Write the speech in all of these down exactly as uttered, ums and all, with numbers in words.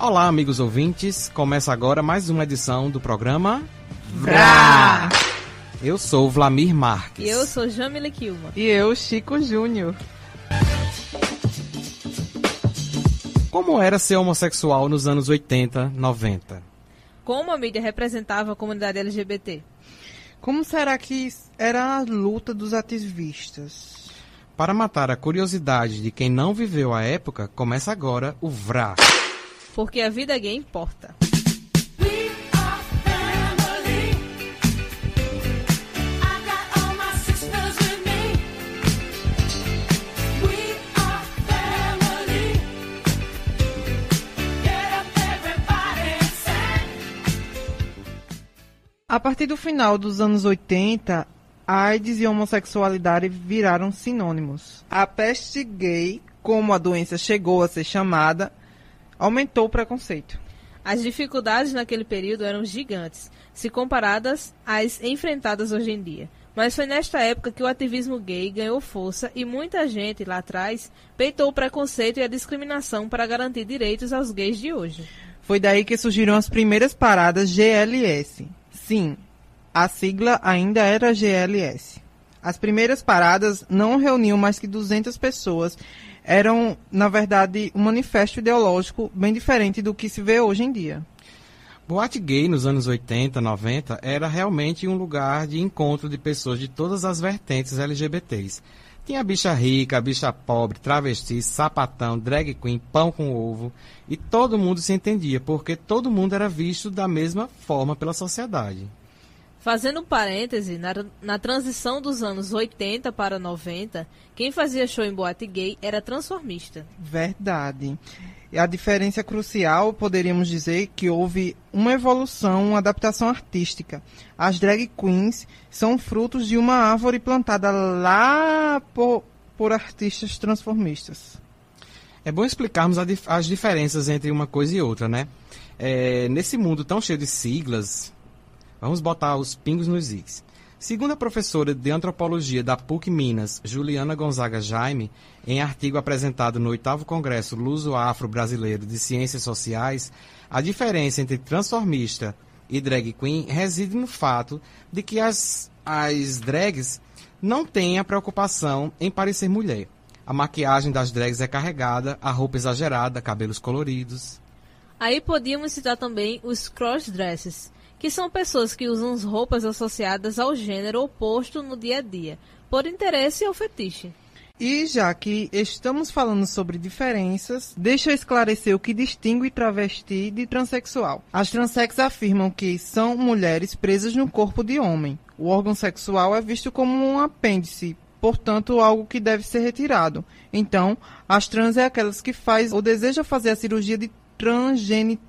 Olá, amigos ouvintes. Começa agora mais uma edição do programa Vrá! Eu sou Vlamir Marques. E eu sou Jamile Kilma. E eu, Chico Júnior. Como era ser homossexual nos anos oitenta, noventa? Como a mídia representava a comunidade L G B T? Como será que era a luta dos ativistas? Para matar a curiosidade de quem não viveu a época, começa agora o Vrá. Porque a vida gay importa. A partir do final dos anos oitenta, AIDS e homossexualidade viraram sinônimos. A peste gay, como a doença chegou a ser chamada, aumentou o preconceito. As dificuldades naquele período eram gigantes, se comparadas às enfrentadas hoje em dia. Mas foi nesta época que o ativismo gay ganhou força e muita gente, lá atrás, peitou o preconceito e a discriminação para garantir direitos aos gays de hoje. Foi daí que surgiram as primeiras paradas G L S. Sim, a sigla ainda era G L S. As primeiras paradas não reuniam mais que duzentas pessoas. Eram, na verdade, um manifesto ideológico bem diferente do que se vê hoje em dia. Boate gay nos anos oitenta, noventa era realmente um lugar de encontro de pessoas de todas as vertentes L G B Ts. Tinha a bicha rica, a bicha pobre, travesti, sapatão, drag queen, pão com ovo. E todo mundo se entendia, porque todo mundo era visto da mesma forma pela sociedade. Fazendo um parêntese, na, na transição dos anos oitenta para noventa, quem fazia show em boate gay era transformista. Verdade. E a diferença crucial, poderíamos dizer, que houve uma evolução, uma adaptação artística. As drag queens são frutos de uma árvore plantada lá por, por artistas transformistas. É bom explicarmos a, as diferenças entre uma coisa e outra, né? É, nesse mundo tão cheio de siglas, vamos botar os pingos nos is. Segundo a professora de antropologia da P U C Minas, Juliana Gonzaga Jaime, em artigo apresentado no oitavo Congresso Luso-Afro-Brasileiro de Ciências Sociais, a diferença entre transformista e drag queen reside no fato de que as, as drags não têm a preocupação em parecer mulher. A maquiagem das drags é carregada, a roupa exagerada, cabelos coloridos. Aí podíamos citar também os crossdresses, que são pessoas que usam roupas associadas ao gênero oposto no dia a dia, por interesse ou fetiche. E já que estamos falando sobre diferenças, deixa eu esclarecer o que distingue travesti de transexual. As transex afirmam que são mulheres presas no corpo de homem. O órgão sexual é visto como um apêndice, portanto algo que deve ser retirado. Então, as trans é aquelas que faz ou desejam fazer a cirurgia de transgenital.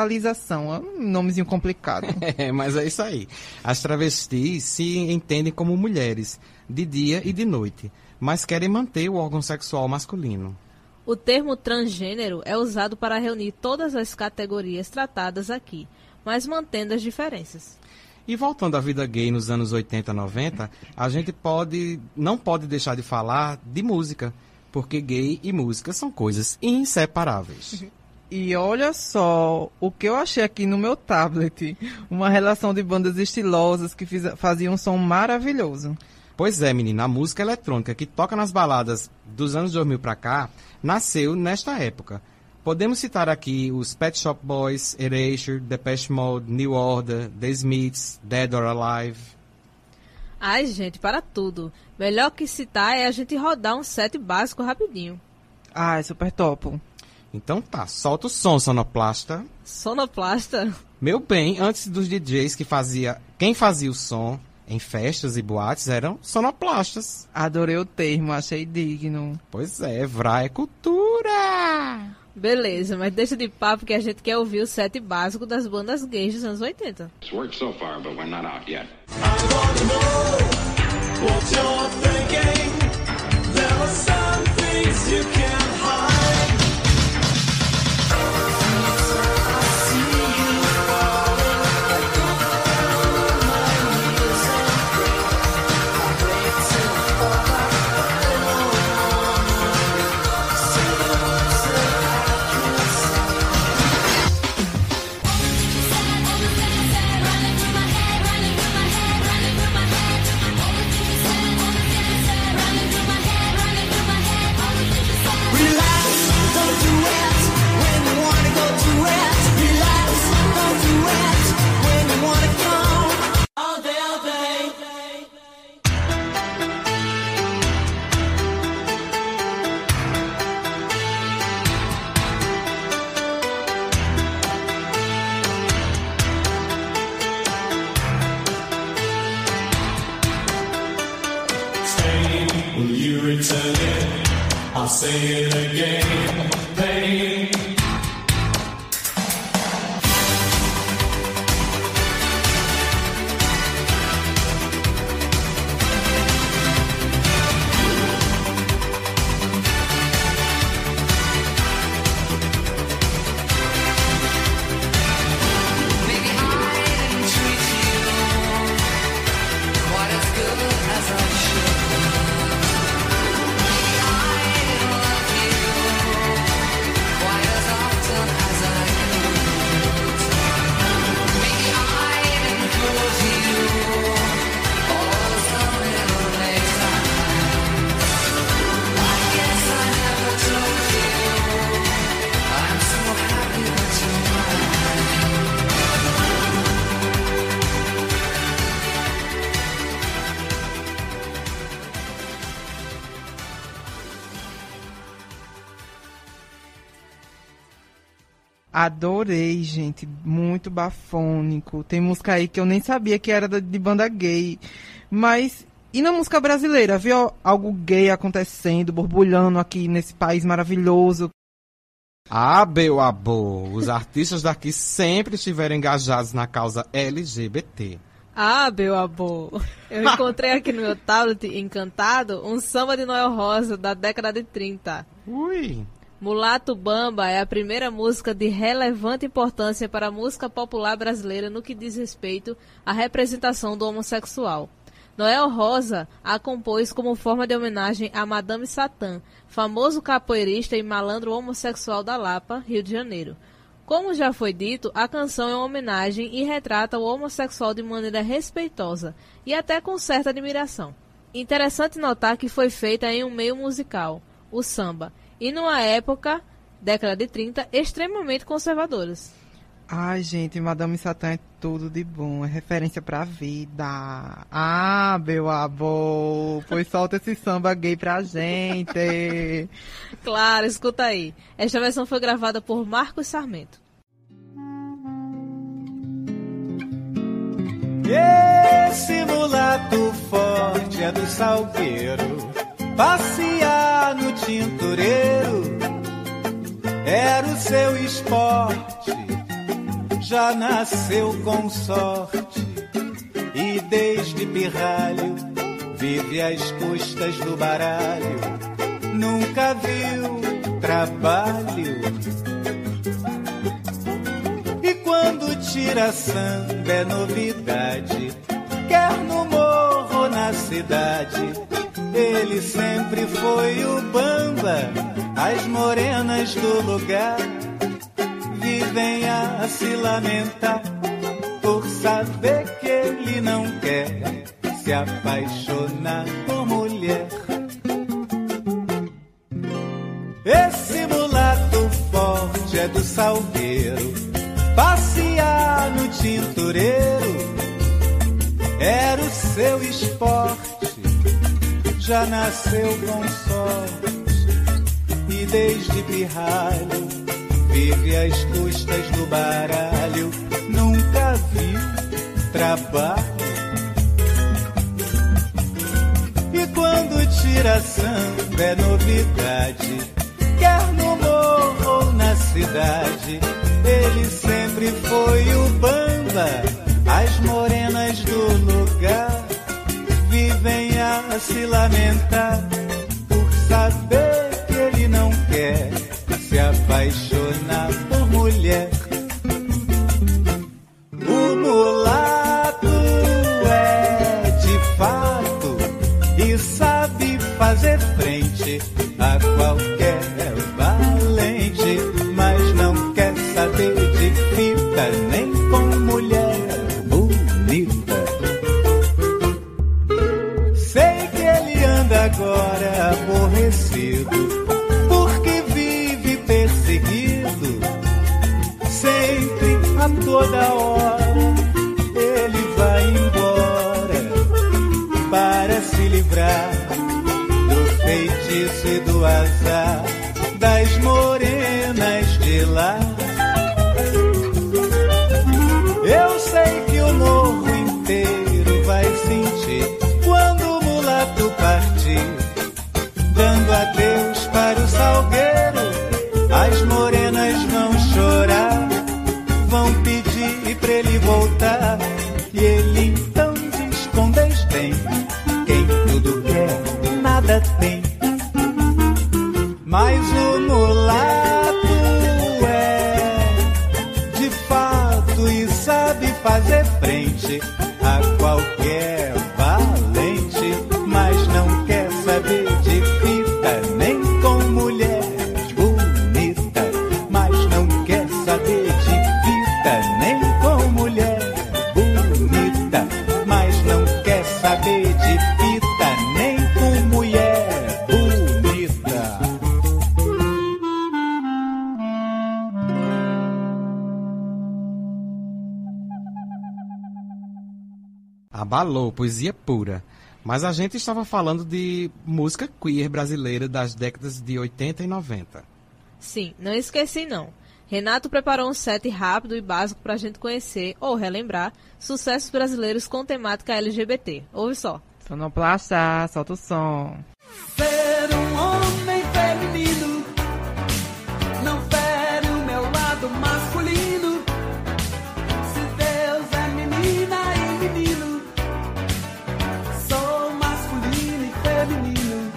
É um nomezinho complicado. É, mas é isso aí. As travestis se entendem como mulheres, de dia e de noite, mas querem manter o órgão sexual masculino. O termo transgênero é usado para reunir todas as categorias tratadas aqui, mas mantendo as diferenças. E voltando à vida gay nos anos oitenta, noventa, a gente pode, não pode deixar de falar de música, porque gay e música são coisas inseparáveis. E olha só o que eu achei aqui no meu tablet. Uma relação de bandas estilosas que fiz, faziam um som maravilhoso. Pois é, menina, a música eletrônica que toca nas baladas dos anos dois mil pra cá, nasceu nesta época. Podemos citar aqui os Pet Shop Boys, Erasure, Depeche Mode, New Order, The Smiths, Dead or Alive. Ai, gente, para tudo. Melhor que citar é a gente rodar um set básico rapidinho. Ah, é super topo. Então tá, solta o som, sonoplasta. Sonoplasta? Meu bem, antes dos D Js que fazia... Quem fazia o som em festas e boates eram sonoplastas. Adorei o termo, achei digno. Pois é, Vrá é cultura! Beleza, mas deixa de papo que a gente quer ouvir o set básico das bandas gays dos anos oitenta. It's worked so far, but we're not out yet. I wanna know what you're thinking. There are some things you can't hide. say it again, pain. Adorei, gente. Muito bafônico. Tem música aí que eu nem sabia que era de banda gay. Mas, e na música brasileira? Viu algo gay acontecendo, borbulhando aqui nesse país maravilhoso? Ah, meu amor, os artistas daqui sempre estiveram engajados na causa L G B T. Ah, meu amor, eu encontrei aqui no meu tablet, encantado, um samba de Noel Rosa da década de trinta. Ui! Mulato Bamba é a primeira música de relevante importância para a música popular brasileira no que diz respeito à representação do homossexual. Noel Rosa a compôs como forma de homenagem a Madame Satã, famoso capoeirista e malandro homossexual da Lapa, Rio de Janeiro. Como já foi dito, a canção é uma homenagem e retrata o homossexual de maneira respeitosa e até com certa admiração. Interessante notar que foi feita em um meio musical, o samba, e numa época, década de trinta, extremamente conservadoras. Ai, gente, Madame Satã é tudo de bom, é referência pra vida. Ah, meu amor, pois solta esse samba gay pra gente. Claro, escuta aí. Esta versão foi gravada por Marcos Sarmento. Esse mulato forte é do salgueiro, passear no tintureiro era o seu esporte. Já nasceu com sorte e desde pirralho vive às custas do baralho. Nunca viu trabalho. E quando tira samba é novidade, quer no morro ou na cidade. Ele sempre foi o bamba, as morenas do lugar vivem a se lamentar por saber que ele não quer se apaixonar por mulher. Esse mulato forte é do salgueiro, passear no tintureiro era o seu esporte. Já nasceu com sorte e desde pirralho vive às custas do baralho. Nunca viu trabalho. E quando tira samba é novidade, quer no morro ou na cidade. Ele sempre foi o bamba, as morenas do lugar vivem a se lamentar por saber que ele não quer se apaixonar por mulher. O mulato é de fato e sabe fazer frente a qualquer valente, mas não quer saber de fita nem com mulher bonita. Sei que ele anda agora aborrecido porque vive perseguido. Sempre, a toda hora, ele vai embora para se livrar do feitiço e do azar das morenas de lá. Eu sei que o morro inteiro vai sentir quando o mulato partir, dando adeus para o Mas o mulato é de fato e sabe fazer frente a qualquer valente, mas não quer saber de fita nem com mulher bonita, mas não quer saber de fita nem com mulher bonita, mas não quer saber de fita nem com mulher bonita. Abalou, poesia pura. Mas a gente estava falando de música queer brasileira das décadas de oitenta e noventa. Sim, não esqueci não. Renato preparou um set rápido e básico pra gente conhecer, ou relembrar, sucessos brasileiros com temática L G B T. Ouve só. Sonoplasta, solta o som. Ser um homem feminino não fere o meu lado masculino. Se Deus é menina e menino, sou masculino e feminino.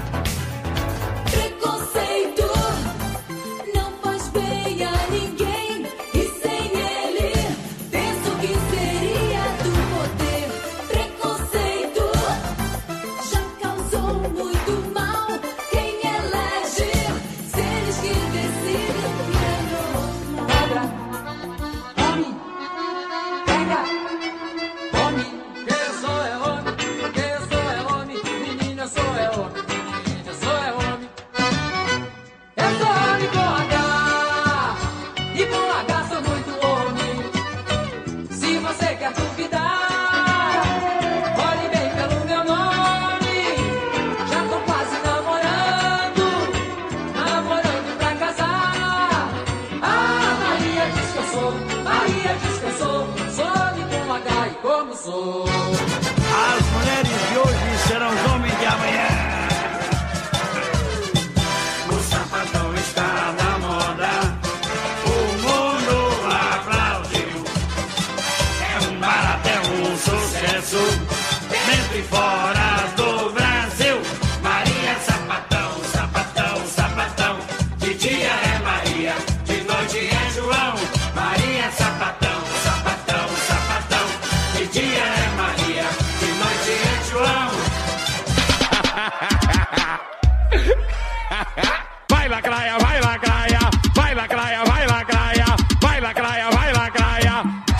Preconceito não faz bem a ninguém, e sem ele penso que seria do poder. Preconceito já causou muito mal. Quem elege se eles que decidem o que é normal? Pega, homem, pega, homem. Eu sou é homem, eu sou é homem, menina eu sou é homem, menina eu sou é homem. Eu sou homem com H, e com H sou muito homem. Se você quer duvidar, olhe bem pelo meu nome. Já tô quase namorando, namorando pra casar. Ah, Maria diz que eu sou, Maria diz que eu sou, sou homem com H e como sou. As mulheres de hoje serão os homens de amanhã. O sapatão está na moda, o mundo aplaudiu. É um barato, é um sucesso, dentro e fora do Brasil. Maria é sapatão, sapatão, sapatão. De dia é Maria, de noite é João. Maria é sapatão, sapatão, sapatão. De dia é Maria, de noite é João. Vai lacraia, vai lacraia, vai lacraia, vai lacraia, vai lacraia, vai lacraia.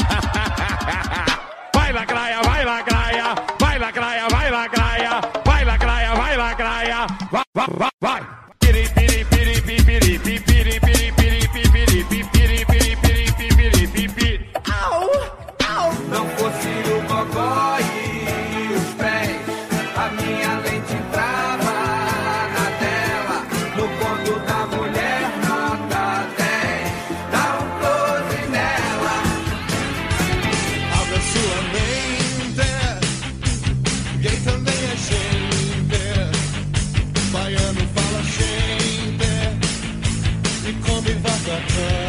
Vai lacraia, vai lacraia, vai lacraia, vai lacraia, vai lacraia, vai lacraia. Vai, vai, vai, vai. Piri, piri, piri, piri, piri, piri, piri, piri, piri, piri, piri, piri, piri, piri, piri. Au, au. Não fosse o gogó e os pés, a minha lente trava na tela. No ponto da mulher, nota dez, dá um close nela. Abra sua mente, gay também é gente, baiano fala gente e come vatapá.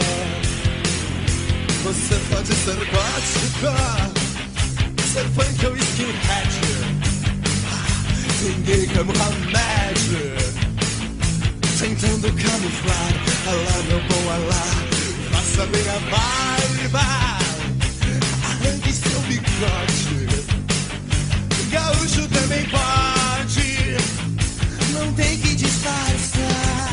Você pode ser gótica, ser punk ou skinhead, tem gay como Hamed, tentando camuflar. Alá, meu bom alá, faça minha barba, arranque seu bigode. Gaúcho também pode, não tem que disfarçar.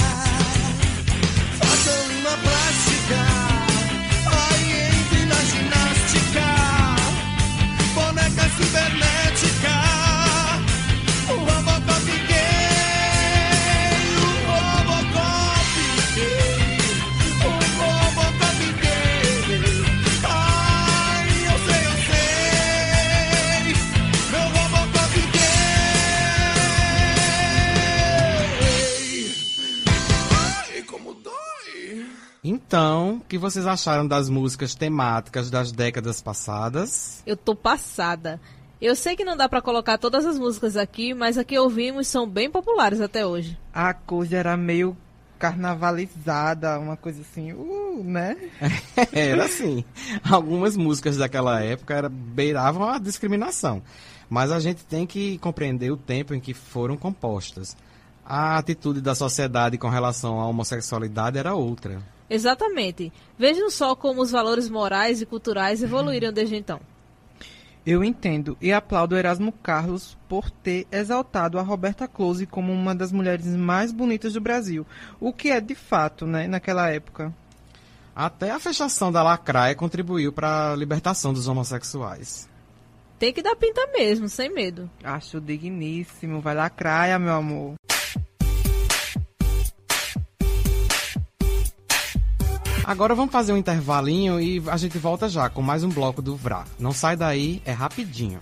Faça uma plástica, aí entre na ginástica. Boneca cibernética, o Robocop gay, o Robocop gay, o Robocop gay. Ai, eu sei, eu sei, meu Robocop gay. Ai, como dói. Então, o que vocês acharam das músicas temáticas das décadas passadas? Eu tô passada. Eu sei que não dá pra colocar todas as músicas aqui, mas a que ouvimos são bem populares até hoje. A coisa era meio carnavalizada, uma coisa assim, uh, né? Era assim. Algumas músicas daquela época era, beiravam a discriminação. Mas a gente tem que compreender o tempo em que foram compostas. a atitude da sociedade com relação à homossexualidade era outra. Exatamente. Vejam só como os valores morais e culturais evoluíram desde então. Eu entendo e aplaudo Erasmo Carlos por ter exaltado a Roberta Close como uma das mulheres mais bonitas do Brasil, o que é de fato, né, naquela época. Até a fechação da lacraia contribuiu para a libertação dos homossexuais. Tem que dar pinta mesmo, sem medo. Acho digníssimo. Vai lacraia, meu amor. Agora vamos fazer um intervalinho e a gente volta já com mais um bloco do V R A. Não sai daí, é rapidinho.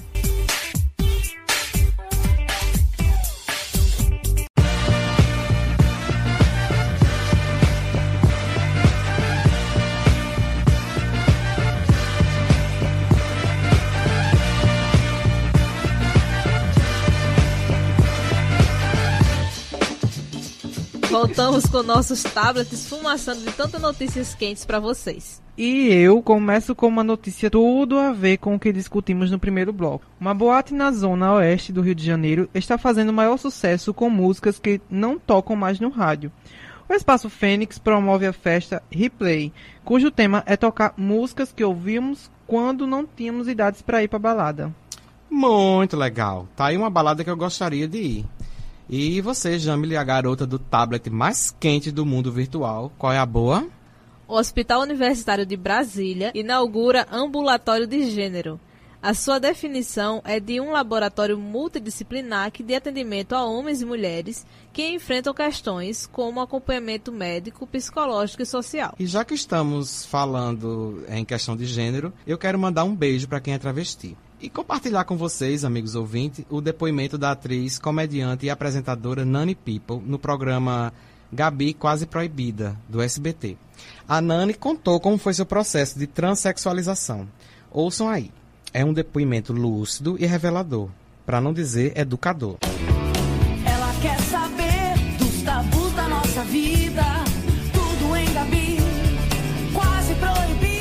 Voltamos com nossos tablets fumaçando de tantas notícias quentes para vocês. E eu começo com uma notícia tudo a ver com o que discutimos no primeiro bloco. Uma boate na zona oeste do Rio de Janeiro está fazendo maior sucesso com músicas que não tocam mais no rádio. O Espaço Fênix promove a festa Replay, cujo tema é tocar músicas que ouvimos quando não tínhamos idades para ir para balada. Muito legal. Tá aí uma balada que eu gostaria de ir. E você, Jamile, a garota do tablet mais quente do mundo virtual, qual é a boa? O Hospital Universitário de Brasília inaugura ambulatório de gênero. A sua definição é de um laboratório multidisciplinar que dê atendimento a homens e mulheres que enfrentam questões como acompanhamento médico, psicológico e social. E já que estamos falando em questão de gênero, eu quero mandar um beijo para quem é travesti. E compartilhar com vocês, amigos ouvintes, o depoimento da atriz, comediante e apresentadora Nani People no programa Gabi Quase Proibida, do S B T. A Nani contou como foi seu processo de transexualização. Ouçam aí. É um depoimento lúcido e revelador, para não dizer educador. Ela quer saber dos tabus da nossa vida, tudo em Gabi Quase Proibida.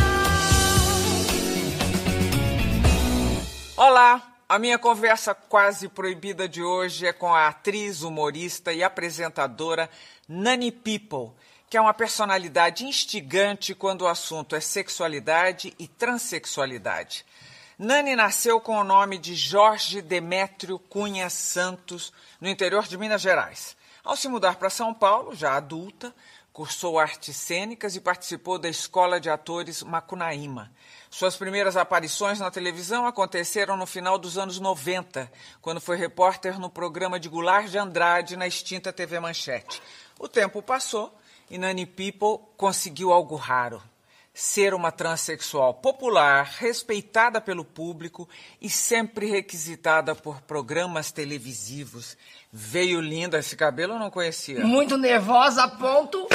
Olá, a minha conversa quase proibida de hoje é com a atriz, humorista e apresentadora Nani People, que é uma personalidade instigante quando o assunto é sexualidade e transexualidade. Nani nasceu com o nome de Jorge Demétrio Cunha Santos, no interior de Minas Gerais. Ao se mudar para São Paulo, já adulta, cursou artes cênicas e participou da Escola de Atores Macunaíma. Suas primeiras aparições na televisão aconteceram no final dos anos noventa, quando foi repórter no programa de Goulart de Andrade na extinta T V Manchete. O tempo passou e Nani People conseguiu algo raro: ser uma transexual popular, respeitada pelo público e sempre requisitada por programas televisivos. Veio linda, esse cabelo eu não conhecia. Muito nervosa a ponto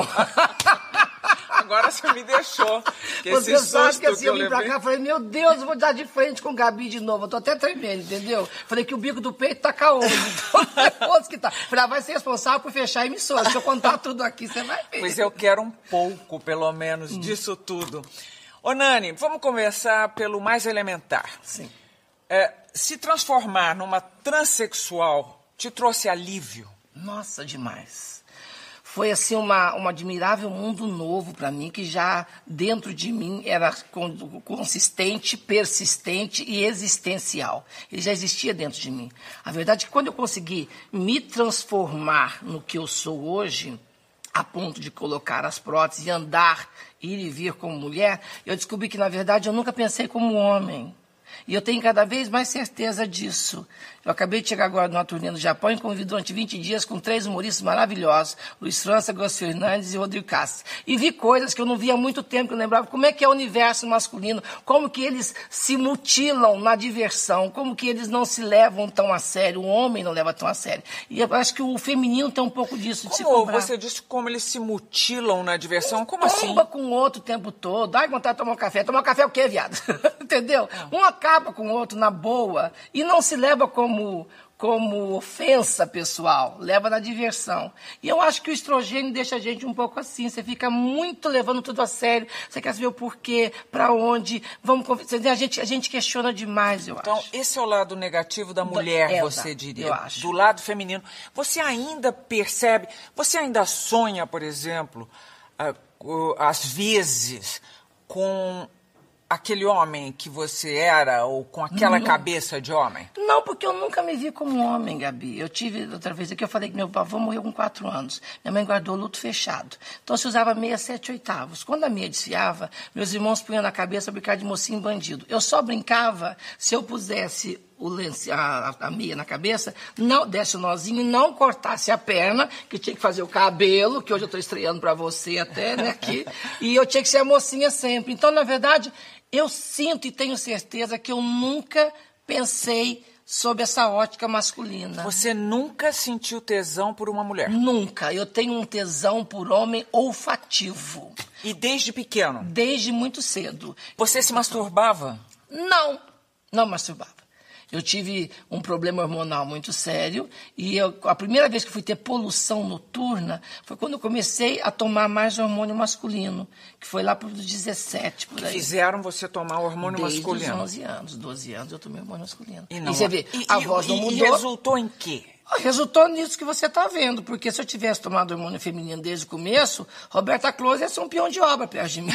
com... Agora você me deixou. Que Você esse sabe susto que assim, que eu eu vim pra levei... cá, falei, meu Deus, eu vou dar de frente com o Gabi de novo. Eu tô até tremendo, entendeu? Falei que o bico do peito tá caolho. Então, que tá. Falei, ah, vai ser responsável por fechar a emissora. Se eu contar tudo aqui, você vai ver. Pois eu quero um pouco, pelo menos, hum. disso tudo. Ô, Nani, vamos começar pelo mais elementar. Sim. É, se transformar numa transexual te trouxe alívio? Nossa, demais. Foi assim uma, um admirável mundo novo para mim, que já dentro de mim era consistente, persistente e existencial. Ele já existia dentro de mim. A verdade é que quando eu consegui me transformar no que eu sou hoje, a ponto de colocar as próteses e andar, ir e vir como mulher, eu descobri que, na verdade, eu nunca pensei como homem. E eu tenho cada vez mais certeza disso. Eu acabei de chegar agora numa turnê no Japão e convivi durante vinte dias com três humoristas maravilhosos, Luiz França, Gus Fernandes e Rodrigo Castro. E vi coisas que eu não via há muito tempo, que eu lembrava como é que é o universo masculino, como que eles se mutilam na diversão, como que eles não se levam tão a sério, o homem não leva tão a sério. E eu acho que o feminino tem um pouco disso, de como se cobrar. Você disse como eles se mutilam na diversão? Como Tomba assim? com o outro o tempo todo. Ai, vontade de tomar um café. Tomar um café é o quê, viado? Entendeu? Um acaba com o outro na boa e não se leva como, como ofensa pessoal, leva na diversão. E eu acho que o estrogênio deixa a gente um pouco assim, você fica muito levando tudo a sério, você quer saber o porquê, pra onde, vamos conversar, a gente, a gente questiona demais, eu Então, acho. esse é o lado negativo da mulher, é, você tá, diria. eu acho. Do lado feminino. Você ainda percebe, você ainda sonha, por exemplo, ah, o- às vezes, com aquele homem que você era, ou com aquela Não. cabeça de homem? Não, porque eu nunca me vi como homem, Gabi. Eu tive, outra vez aqui, eu falei que meu avô morreu com quatro anos. Minha mãe guardou luto fechado. Então, se usava meia, sete, oitavos. Quando a meia desfiava, meus irmãos punham na cabeça brincar de mocinho bandido. Eu só brincava se eu pusesse o lance, a, a meia na cabeça, não desse o nozinho e não cortasse a perna, que tinha que fazer o cabelo, que hoje eu estou estreando para você até, né, aqui. E eu tinha que ser a mocinha sempre. Então, na verdade, eu sinto e tenho certeza que eu nunca pensei sob essa ótica masculina. Você nunca sentiu tesão por uma mulher? Nunca. Eu tenho um tesão por homem olfativo. E desde pequeno? Desde muito cedo. Você se masturbava? Não, não masturbava. Eu tive um problema hormonal muito sério e eu, a primeira vez que fui ter poluição noturna foi quando eu comecei a tomar mais hormônio masculino, que foi lá para os dezessete, por aí. Fizeram você tomar hormônio Desde masculino? os onze anos, doze anos eu tomei hormônio masculino. E, não, e você vê, e, a e, voz não e, mudou. E resultou em quê? Resultou nisso que você está vendo, porque se eu tivesse tomado hormônio feminino desde o começo, Roberta Close ia ser um peão de obra perto de mim.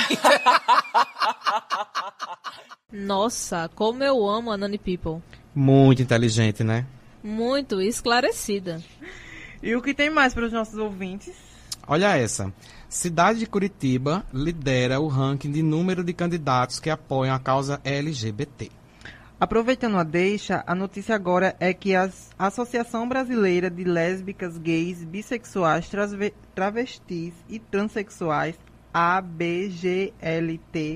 Nossa, como eu amo a Nani People. Muito inteligente, né? Muito esclarecida. E o que tem mais para os nossos ouvintes? Olha essa. Cidade de Curitiba lidera o ranking de número de candidatos que apoiam a causa L G B T. Aproveitando a deixa, a notícia agora é que a Associação Brasileira de Lésbicas, Gays, Bissexuais, Trasve- Travestis e Transsexuais, A B G L T,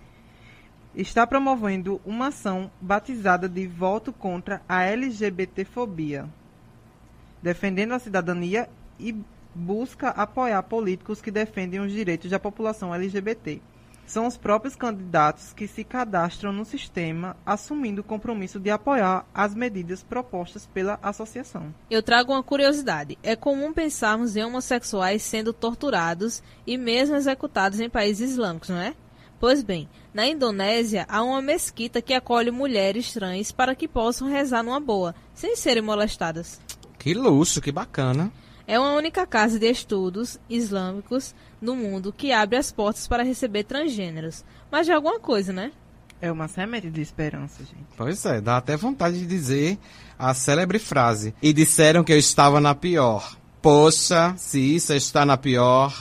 está promovendo uma ação batizada de voto contra a L G B T fobia, defendendo a cidadania e busca apoiar políticos que defendem os direitos da população L G B T. São os próprios candidatos que se cadastram no sistema, assumindo o compromisso de apoiar as medidas propostas pela associação. Eu trago uma curiosidade. É comum pensarmos em homossexuais sendo torturados e mesmo executados em países islâmicos, não é? Pois bem, na Indonésia há uma mesquita que acolhe mulheres trans para que possam rezar numa boa, sem serem molestadas. Que luxo, que bacana. É uma única casa de estudos islâmicos no mundo que abre as portas para receber transgêneros. Mas de alguma coisa, né? É uma semente de esperança, gente. Pois é, dá até vontade de dizer a célebre frase. E disseram que eu estava na pior. Poxa, se isso está na pior...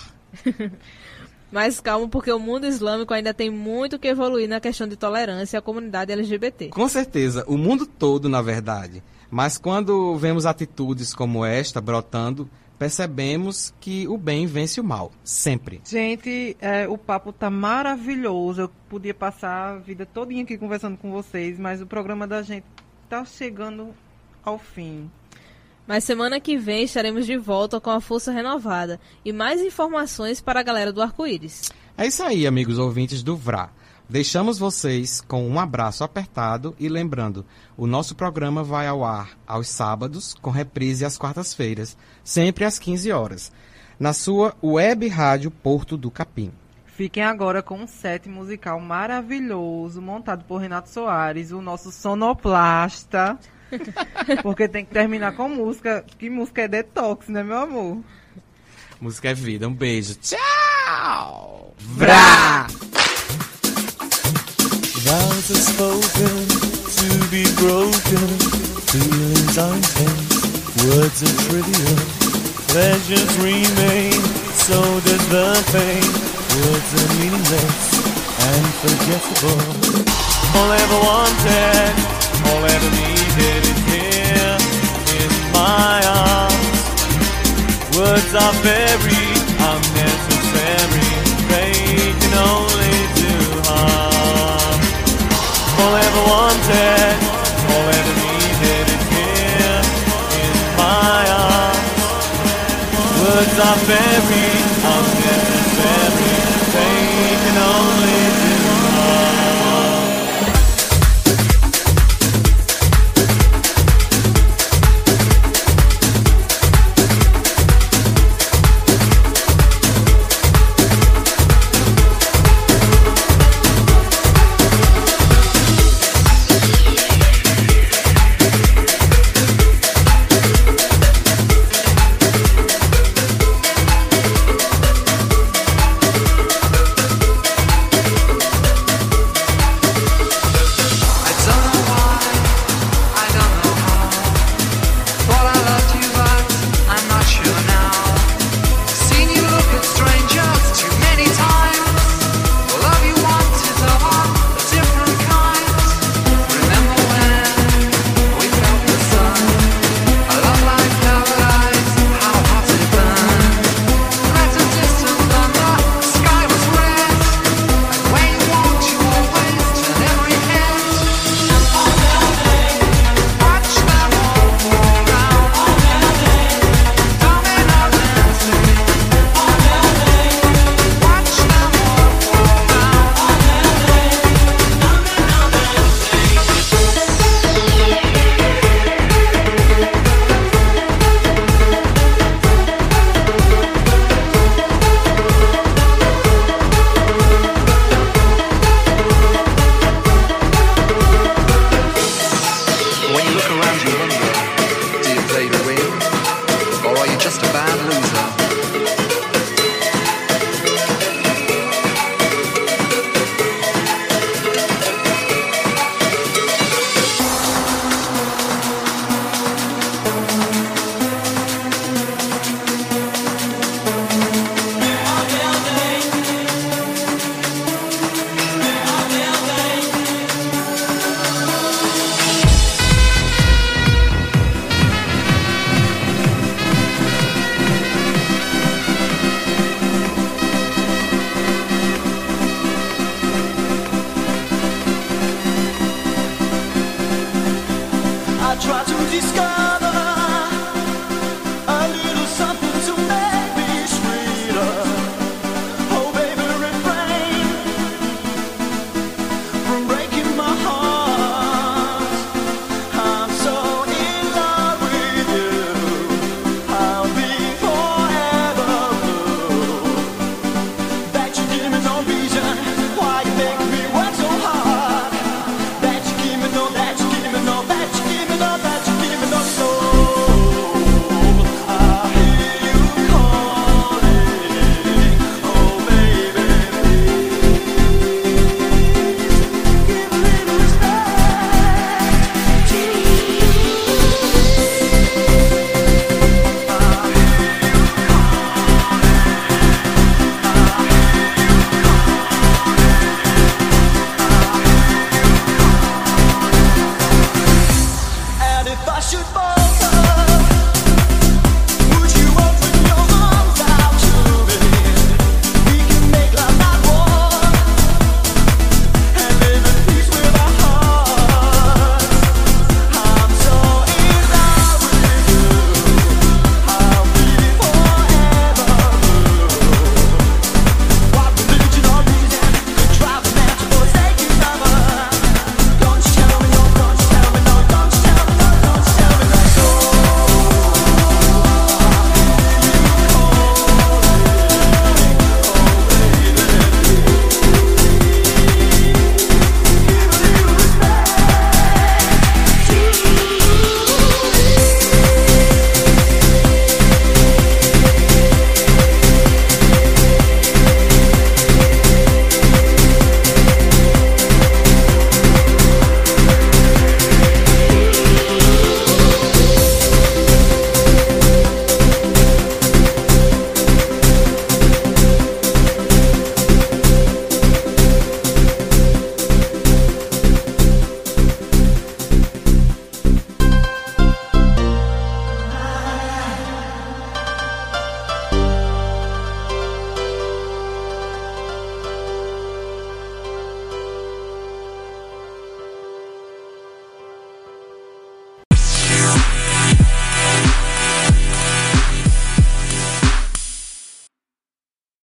Mas calma, porque o mundo islâmico ainda tem muito que evoluir na questão de tolerância à comunidade L G B T. Com certeza, o mundo todo, na verdade. Mas quando vemos atitudes como esta brotando, percebemos que o bem vence o mal, sempre. Gente, é, o papo tá maravilhoso. Eu podia passar a vida todinha aqui conversando com vocês, mas o programa da gente tá chegando ao fim. Mas semana que vem estaremos de volta com a força renovada e mais informações para a galera do Arco-Íris. É isso aí, amigos ouvintes do V R A. Deixamos vocês com um abraço apertado e lembrando, o nosso programa vai ao ar aos sábados, com reprise às quartas-feiras, sempre às quinze horas, na sua web rádio Porto do Capim. Fiquem agora com um set musical maravilhoso, montado por Renato Soares, o nosso sonoplasta, porque tem que terminar com música. Que música é detox, né, meu amor? Música é vida, um beijo. Tchau! V R A! Vows are spoken to be broken. Feelings are intense. Words are trivial. Pleasures remain. So does the pain. Words are meaningless and forgettable. All I ever wanted, all I ever needed is here in my arms. Words are very unnecessary. They can only do harm. All I ever wanted, all I ever needed is here in my arms. Words are very unnecessary. They can only do harm. disco.